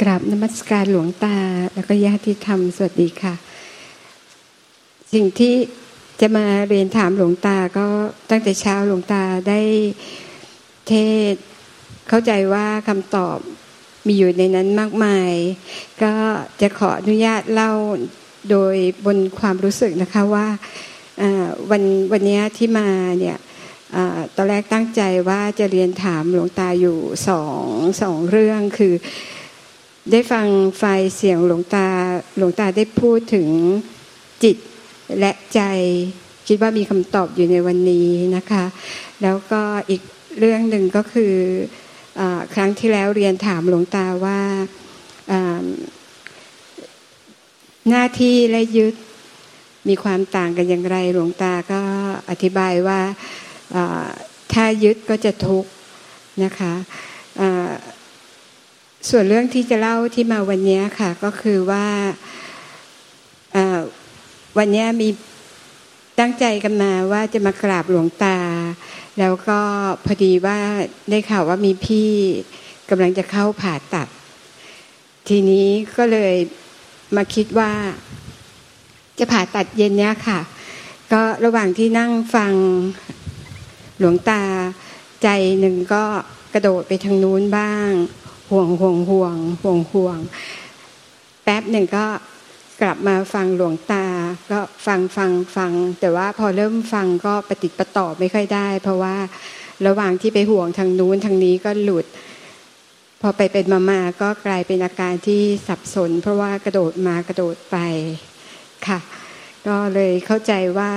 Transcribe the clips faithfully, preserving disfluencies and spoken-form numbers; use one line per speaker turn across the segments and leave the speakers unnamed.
กราบนมัสการหลวงตาแล้วก็ญาติธรรมสวัสดีค่ะสิ่งที่จะมาเรียนถามหลวงตาก็ตั้งแต่เช้าหลวงตาได้เทศเข้าใจว่าคำตอบมีอยู่ในนั้นมากมายก็จะขออนุญาตเล่าโดยบนความรู้สึกนะคะว่าวันวันนี้ที่มาเนี่ยตอนแรกตั้งใจว่าจะเรียนถามหลวงตาอยู่สองสองเรื่องคือได้ฟังไฟล์เสียงหลวงตาหลวงตาได้พูดถึงจิตและใจคิดว่ามีคำตอบอยู่ในวันนี้นะคะแล้วก็อีกเรื่องหนึ่งก็คือครั้งที่แล้วเรียนถามหลวงตาว่าหน้าที่และยึดมีความต่างกันอย่างไรหลวงตาก็อธิบายว่าถ้ายึดก็จะทุกข์นะคะส่วนเรื่องที่จะเล่าที่มาวันนี้ค่ะก็คือว่าวันนี้มีตั้งใจกันมาว่าจะมากราบหลวงตาแล้วก็พอดีว่าได้ข่าวว่ามีพี่กำลังจะเข้าผ่าตัดทีนี้ก็เลยมาคิดว่าจะผ่าตัดเย็นเนี้ยค่ะก็ระหว่างที่นั่งฟังหลวงตาใจหนึ่งก็กระโดดไปทางนู้นบ้างห่วงห่วงห่วงห่วงห่วงแป๊บหนึ่งก็กลับมาฟังหลวงตาก็ฟังฟังฟังแต่ว่าพอเริ่มฟังก็ปฏิปต่อไม่ค่อยได้เพราะว่าระหว่างที่ไปห่วงทางนู้นทางนี้ก็หลุดพอไปเป็นมามาก็กลายเป็นอาการที่สับสนเพราะว่ากระโดดมากระโดดไปค่ะก็เลยเข้าใจว่า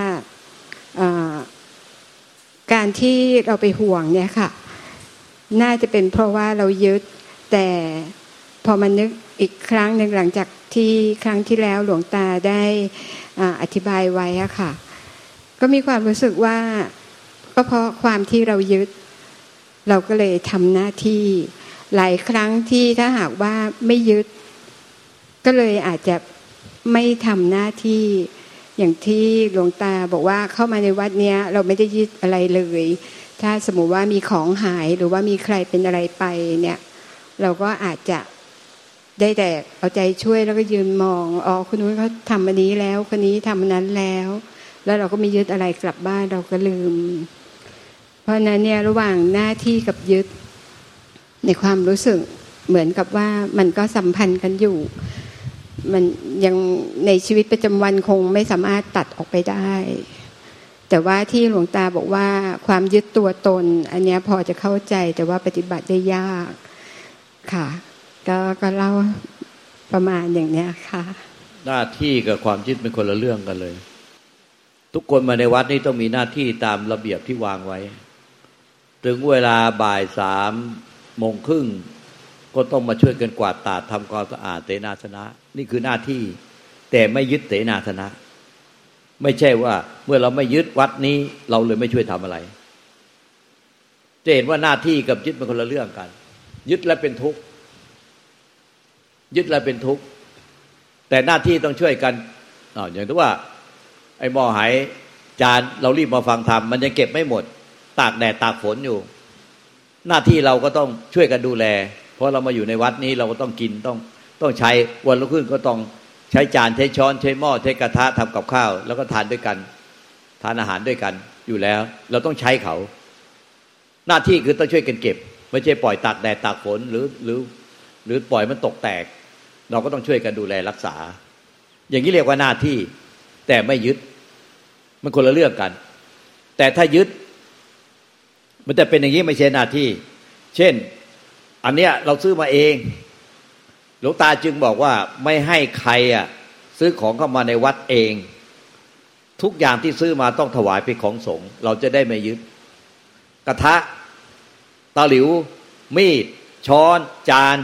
การที่เราไปห่วงเนี่ยค่ะน่าจะเป็นเพราะว่าเรายึดแต่พอมานึกอีกครั้งหนึ่งหลังจากที่ครั้งที่แล้วหลวงตาได้อธิบายไว้อะค่ะก็มีความรู้สึกว่าก็เพราะความที่เรายึดเราก็เลยทำหน้าที่หลายครั้งที่ถ้าหากว่าไม่ยึดก็เลยอาจจะไม่ทำหน้าที่อย่างที่หลวงตาบอกว่าเข้ามาในวัดเนี้ยเราไม่ได้ยึดอะไรเลยถ้าสมมุติว่ามีของหายหรือว่ามีใครเป็นอะไรไปเนี่ยเราก็อาจจะได้แต่เอาใจช่วยแล้วก็ยืนมองอ๋อคนนู้นเขาทำอันนี้แล้วคนนี้ทำอันนั้นแล้วแล้วเราก็ไม่ยึดอะไรกลับบ้านเราก็ลืมเพราะนั้นเนี่ยระหว่างหน้าที่กับยึดในความรู้สึกเหมือนกับว่ามันก็สัมพันธ์กันอยู่มันยังในชีวิตประจำวันคงไม่สามารถตัดออกไปได้แต่ว่าที่หลวงตาบอกว่าความยึดตัวตนอันนี้พอจะเข้าใจแต่ว่าปฏิบัติได้ยากค่ะก็ก็เล่าประมาณอย่างเนี้ยค่ะ
หน้าที่กับความยึดเป็นคนละเรื่องกันเลยทุกคนมาในวัดนี้ต้องมีหน้าที่ตามระเบียบที่วางไว้ถึงเวลาบ่ายสามโมงครึ่งก็ต้องมาช่วยกันกวาดตาดทำความสะอาดเสนาสนะนี่คือหน้าที่แต่ไม่ยึดเสนาสนะไม่ใช่ว่าเมื่อเราไม่ยึดวัดนี้เราเลยไม่ช่วยทำอะไรจะเห็นว่าหน้าที่กับยึดเป็นคนละเรื่องกันยึดแล้วเป็นทุกข์ยึดแล้วเป็นทุกข์แต่หน้าที่ต้องช่วยกันอ๋ออย่างที่ว่าไอ้หม้อหายจานเรารีบมาฟังธรรมมันยังเก็บไม่หมดตากแดดตากฝนอยู่หน้าที่เราก็ต้องช่วยกันดูแลเพราะเรามาอยู่ในวัดนี้เราก็ต้องกินต้องต้องใช้วันละขึ้นก็ต้องใช้จานใช้ช้อนใช้หม้อใช้กระทะทำกับข้าวแล้วก็ทานด้วยกันทานอาหารด้วยกันอยู่แล้วเราต้องใช้เขาหน้าที่คือต้องช่วยกันเก็บไม่ใช่ปล่อยตากแดดตากฝนหรือหรือหรือปล่อยมันตกแตกเราก็ต้องช่วยกันดูแลรักษาอย่างนี้เรียกว่าหน้าที่แต่ไม่ยึดมันคนละเรื่องกันแต่ถ้ายึดมันจะเป็นอย่างนี้ไม่ใช่หน้าที่เช่นอันเนี้ยเราซื้อมาเองหลวงตาจึงบอกว่าไม่ให้ใครอ่ะซื้อของเข้ามาในวัดเองทุกอย่างที่ซื้อมาต้องถวายเป็นของสงฆ์เราจะได้ไม่ยึดกระทะตะหลิวมีดช้อนจาน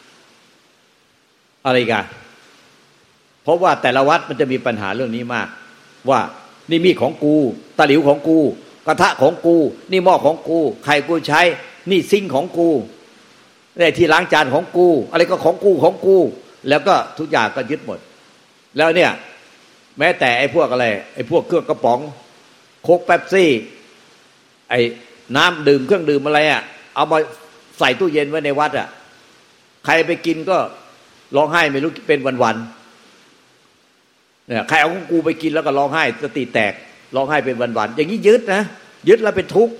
อะไรกันเพราะว่าแต่ละวัดมันจะมีปัญหาเรื่องนี้มากว่านี่มีดของกูตะหลิวของกูกระทะของกูนี่หม้อของกูใครกูใช้นี่ซิงค์ของกูไอ้ที่ล้างจานของกูอะไรก็ของกูของกูแล้วก็ทุกอย่างก็ยึดหมดแล้วเนี่ยแม้แต่ไอ้พวกอะไรไอ้พวกเครื่องกระป๋องโค้กเป๊ปซี่ไอ้น้ำดื่มเครื่องดื่มอะไรอ่ะเอามาใส่ตู้เย็นไว้ในวัดอ่ะใครไปกินก็ร้องไห้ไม่รู้เป็นวันๆเนี่ยใครเอาของกูไปกินแล้วก็ร้องไห้สติแตกร้องไห้เป็นวันๆอย่างนี้ยึดนะยึดแล้วเป็นทุกข์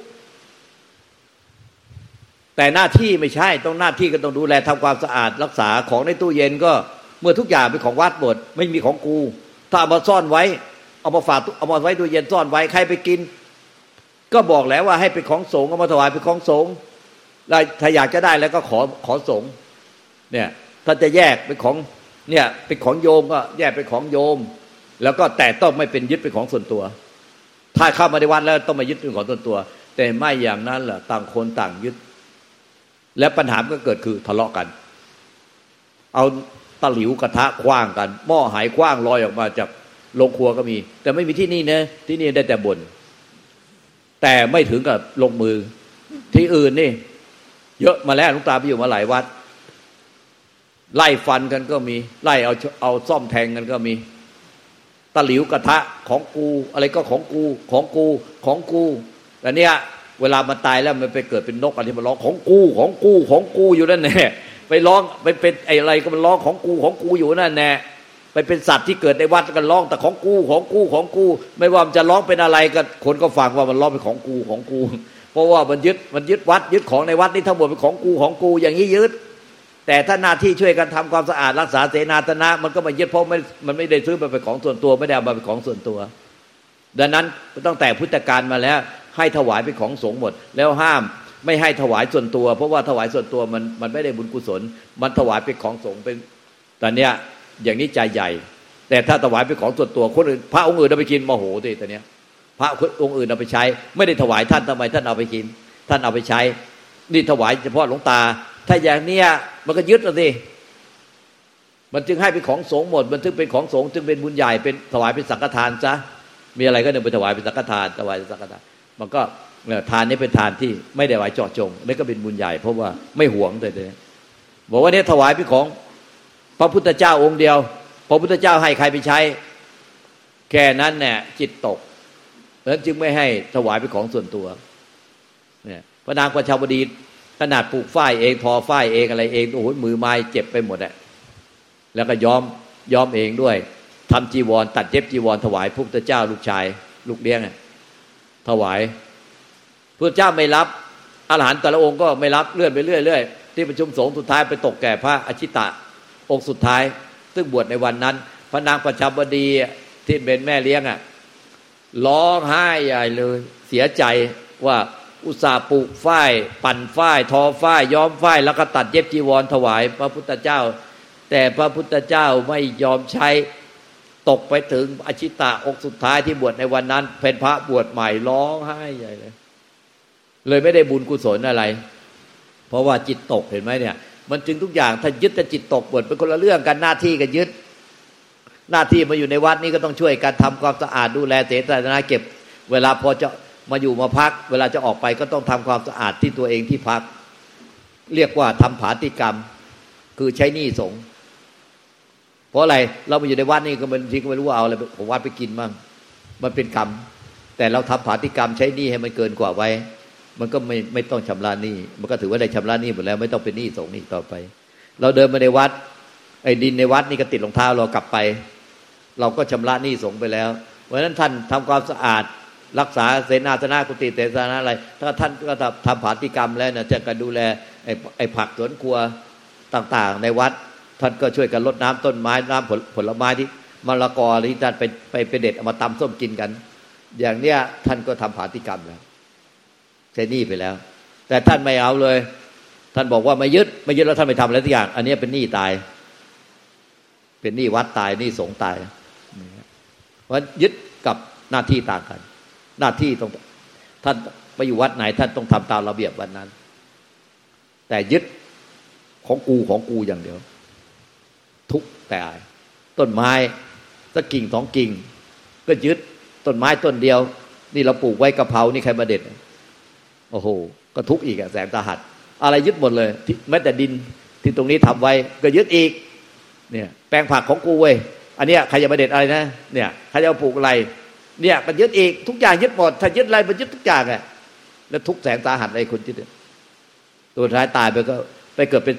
แต่หน้าที่ไม่ใช่ต้องหน้าที่ก็ต้องดูแลทำความสะอาดรักษาของในตู้เย็นก็เมื่อทุกอย่างเป็นของวัดหมดไม่มีของกูถ้าเอามาซ่อนไว้เอามาฝากเอามาไว้ตู้เย็นซ่อนไว้ใครไปกินก็บอกแล้วว่าให้เป็นของสงฆ์เอามาถวายเป็นของสงฆ์ถ้าอยากจะได้แล้วก็ขอขอสงฆ์เนี่ยถ้าจะแยกเป็นของเนี่ยเป็นของโยมก็แยกเป็นของโยมแล้วก็แต่ต้องไม่เป็นยึดเป็นของส่วนตัวถ้าเข้ามาในวัดแล้วต้องมายึดเป็นของส่วนตัวแต่ไม่อย่างนั้นแหละต่างคนต่างยึดและปัญหาก็เกิดคือทะเลาะกันเอาตะหลิวกระทะคว้างกันหม้อหายคว้างลอยออกมาจากโรงครัวก็มีแต่ไม่มีที่นี่นะที่นี่ได้แต่บ่นแต่ไม่ถึงกับลงมือที่อื่นนี่เยอะมาแล้วหลวงตาไปอยู่มาหลายวัดไล่ฟันกันก็มีไล่เอาเอาซ่อมแทงกันก็มีตะหลิวกระทะของกูอะไรก็ของกูของกูของกูแต่เนี้ยเวลามันตายแล้วมันไปเกิดเป็นนกอะไรที่มันร้องของกูของกูของกูอยู่นั่นแน่ไปร้องไปเป็นไอ้อะไรก็มันร้องของกูของกูอยู่นั่นแน่ไปเป็นสัตว์ที่เกิดในวัดกันร้องแต่ของกูของกูของกูไม่ว่ามันจะร้องเป็นอะไรก็คนก็ฟังว่ามันร้องเป็นของกูของกูเพราะว่ามันยึดมันยึดวัดยึดของในวัดนี่ทั้งหมดเป็นของกูของกูอย่างนี้ยึดแต่ถ้าหน้าที่ช่วยกันทำความสะอาดรักษาเสนาสนะมันก็มายึดเพราะไม่มันไม่ได้ซื้อมาเป็นของส่วนตัวไม่ได้เอามาเป็นของส่วนตัวดังนั้นตั้งแต่พุทธกาลมาแล้วให้ถวายเป็นของสงฆ์หมดแล้วห้ามไม่ให้ถวายส่วนตัวเพราะว่าถวายส่วนตัวมันมันไม่ได้บุญกุศลมันถวายเป็นของสงฆ์เป็นตอนเนี้ยอย่างนี้ใจใหญ่แต่ถ้าถวายเป็นของส่วนตัวคนอื่นพระองค์อื่นเอาไปกินโมโหดิตอนเนี้ยพระองค์อื่นเอาไปใช้ไม่ได้ถวายท่านทำไมท่านเอาไปกินท่านเอาไปใช้นี่ถวายเฉพาะหลวงตาถ้าอย่างเนี้ยมันก็ยึดเอาสิมันจึงให้เป็นของสงฆ์หมดมันจึงเป็นของสงฆ์จึงเป็นบุญใหญ่เป็นถวายเป็นสังฆทานซะมีอะไรก็เดินไปถวายเป็นสังฆทานถวายเป็นสังฆทานมันก็ทานนี้เป็นทานที่ไม่ได้ถวายเจาะจงนี่ก็เป็นบุญใหญ่เพราะว่าไม่หวงเลยบอกว่าเนี่ยถวายเป็นของพระพุทธเจ้าองค์เดียวพระพุทธเจ้าให้ใครไปใช้แค่นั้นเนี่ยจิตตกเพราะฉะนั้นจึงไม่ให้ถวายเป็นของส่วนตัวเนี่ยพระนางประชาวดีขนาดปลูกฝ้ายเองทอฝ้ายเองอะไรเองโอ้โหมือไม้เจ็บไปหมดอ่ะแล้วก็ย้อมย้อมเองด้วยทำจีวรตัดเย็บจีวรถวายพระพุทธเจ้าลูกชายลูกเลี้ยงอ่ะถวายพระเจ้าไม่รับอรหันต์แต่ละองค์ก็ไม่รับเลื่อนไปเรื่อยๆที่ประชุมสงฆ์สุดท้ายไปตกแก่พระอชิตะองค์สุดท้ายซึ่งบวชในวันนั้นพระนางประชาบดีที่เป็นแม่เลี้ยงอ่ะร้องไห้ใหญ่เลยเสียใจว่าอุตส่าห์ปลูกฝ้ายปั่นฝ้ายทอฝ้ายย้อมฝ้ายแล้วก็ตัดเย็บจีวรถวายพระพุทธเจ้าแต่พระพุทธเจ้าไม่ยอมใช้ตกไปถึงอชิตะองค์สุดท้ายที่บวชในวันนั้นเป็นพระบวชใหม่ร้องไห้ใหญ่เลยเลยไม่ได้บุญกุศลอะไรเพราะว่าจิตตกเห็นไหมเนี่ยมันจึงทุกอย่างถ้ายึดแต่จิตตกหมดเป็นคนละเรื่องกันหน้าที่กันยึดหน้าที่มาอยู่ในวัดนี้ก็ต้องช่วยกันทำความสะอาดดูแลเสนาเก็บเวลาพอจะมาอยู่มาพักเวลาจะออกไปก็ต้องทำความสะอาดที่ตัวเองที่พักเรียกว่าทำผาติกรรมคือใช้หนี้สงฆ์เพราะอะไรเรามาอยู่ในวัดนี่ก็บางทีก็ไม่รู้ว่าเอาอะไรของวัดไปกินบ้างมันเป็นกรรมแต่เราทำผาติกรรมใช้หนี้ให้มันเกินกว่าไว้มันก็ไม่ไม่ต้องชำระหนี้มันก็ถือว่าได้ชำระหนี้หมดแล้วไม่ต้องเป็นหนี้สงฆ์อีกต่อไปเราเดินมาในวัดไอ้ดินในวัดนี่ก็ติดรองเท้าเรากลับไปเราก็ชำระหนี้สงฆ์ไปแล้วเพราะฉะนั้นท่านทำความสะอาดรักษาเสนาสนะกุฏิเสนาสนะอะไรถ้าท่านก็ทำผาติกรรมแล้วเนี่ยจะการดูแลไอ้ไอ้ผักสวนครัวต่างๆในวัดท่านก็ช่วยกันรดน้ำต้นไม้น้ำผลผลไม้ที่มะละกอที่ท่านไปไปไปเด็ดเอามาตำส้มกินกันอย่างเนี้ยท่านก็ทำผาติกรรมแล้วใช้หนี้ไปแล้วแต่ท่านไม่เอาเลยท่านบอกว่าไม่ยึดไม่ยึดแล้วท่านไม่ทำอะไรทุกอย่างอันนี้เป็นหนี้ตายเป็นหนี้วัดตายหนี้สงฆ์ตายเพราะยึดกับหน้าที่ต่างกันหน้าที่ต้องท่านไปอยู่วัดไหนท่านต้องทำตามระเบียบวันนั้นแต่ยึดของกูของกูอย่างเดียวทุกแต่ต้นไม้สักกิ่งสองกิ่งก็ยึดต้นไม้ต้นเดียวนี่เราปลูกไว้กะเพรานี่ใครมาเด็ดโอ้โหก็ทุกอีกอะแสนสาหัสอะไรยึดหมดเลยแม้แต่ดินที่ตรงนี้ทำไว้ก็ยึดอีกเนี่ยแปลงผักของกูเว้ยอันเนี้ยใครจะมาเด็ดอะไรนะเนี่ยใครจะปลูกอะไรเนี่ยมันยึดอีกทุกอย่างยึดหมดถ้ายึดอะไรมันยึดทุกอย่างอะแล้วทุกแสนสาหัสไอ้คนยึดตัวท้ายตายไปก็ไปเกิดเป็นสัตว์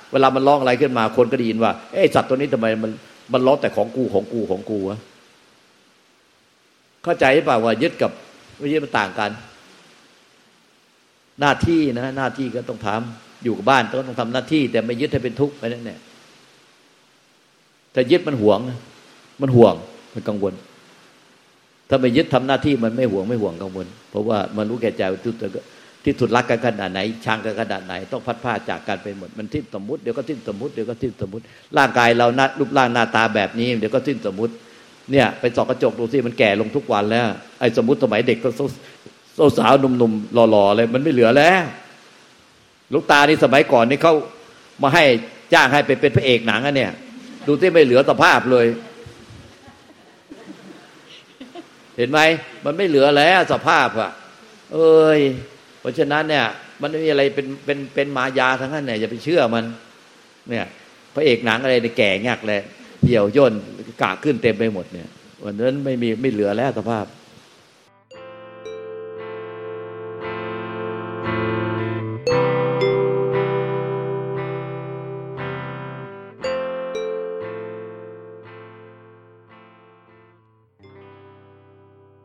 เวลามันร้องอะไรขึ้นมาคนก็ได้ยินว่าเอ๊ะสัตว์ตัวนี้ทำไมมันมันร้องแต่ของกูของกูของกูวะเข้าใจหรือเปล่าว่ายึดกับไม่ยึดมันต่างกันหน้าที่นะหน้าที่ก็ต้องทำอยู่กับบ้านก็ต้องทำหน้าที่แต่ไม่ยึดให้เป็นทุกข์ไปนั่นแหละถ้ายึดมันหวงมันห่วงมันกังวลถ้าไม่ยึดทำหน้าที่มันไม่ห่วงไม่ห่วงกังวลเพราะว่ามันรู้แก่ใจที่ที่สุดรักกันขนาดไหนชังกันขนาดไหนต้องพัดผ้าจากกันไปหมดมันทิ้งสมมุติเดี๋ยวก็ทิ้งสมมุติเดี๋ยวก็ทิ้งสมมุติร่างกายเราหน้ารูปร่างหน้าตาแบบนี้เดี๋ยวก็ทิ้งสมมุติเนี่ยไปส่องกระจกดูสิมันแก่ลงทุกวันแล้วไอ้สมมุติสมัยเด็กก็สาวๆหนุ่มๆหล่อๆเลยมันไม่เหลือแล้วลูกตานี่สมัยก่อนนี่เขามาให้จ้างให้ไปเป็นพระเอกหนังอ่ะเนี่ยดูสิไม่เหลือสภาพเลยเห็นไหมมันไม่เหลือแล้วสภาพอ่ะเอ้ยเพราะฉะนั้นเนี่ยมันไม่มีอะไรเป็นเป็นเป็นมายาทั้งนั้นเนี่ยอย่าไปเชื่อมันเนี่ยพระเอกหนังอะไรเนี่ยแก่งักเลยเหี่ยวย่นกากขึ้นเต็มไปหมดเนี่ยวันนั้นไม่มีไม่เหลือแล้วสภาพ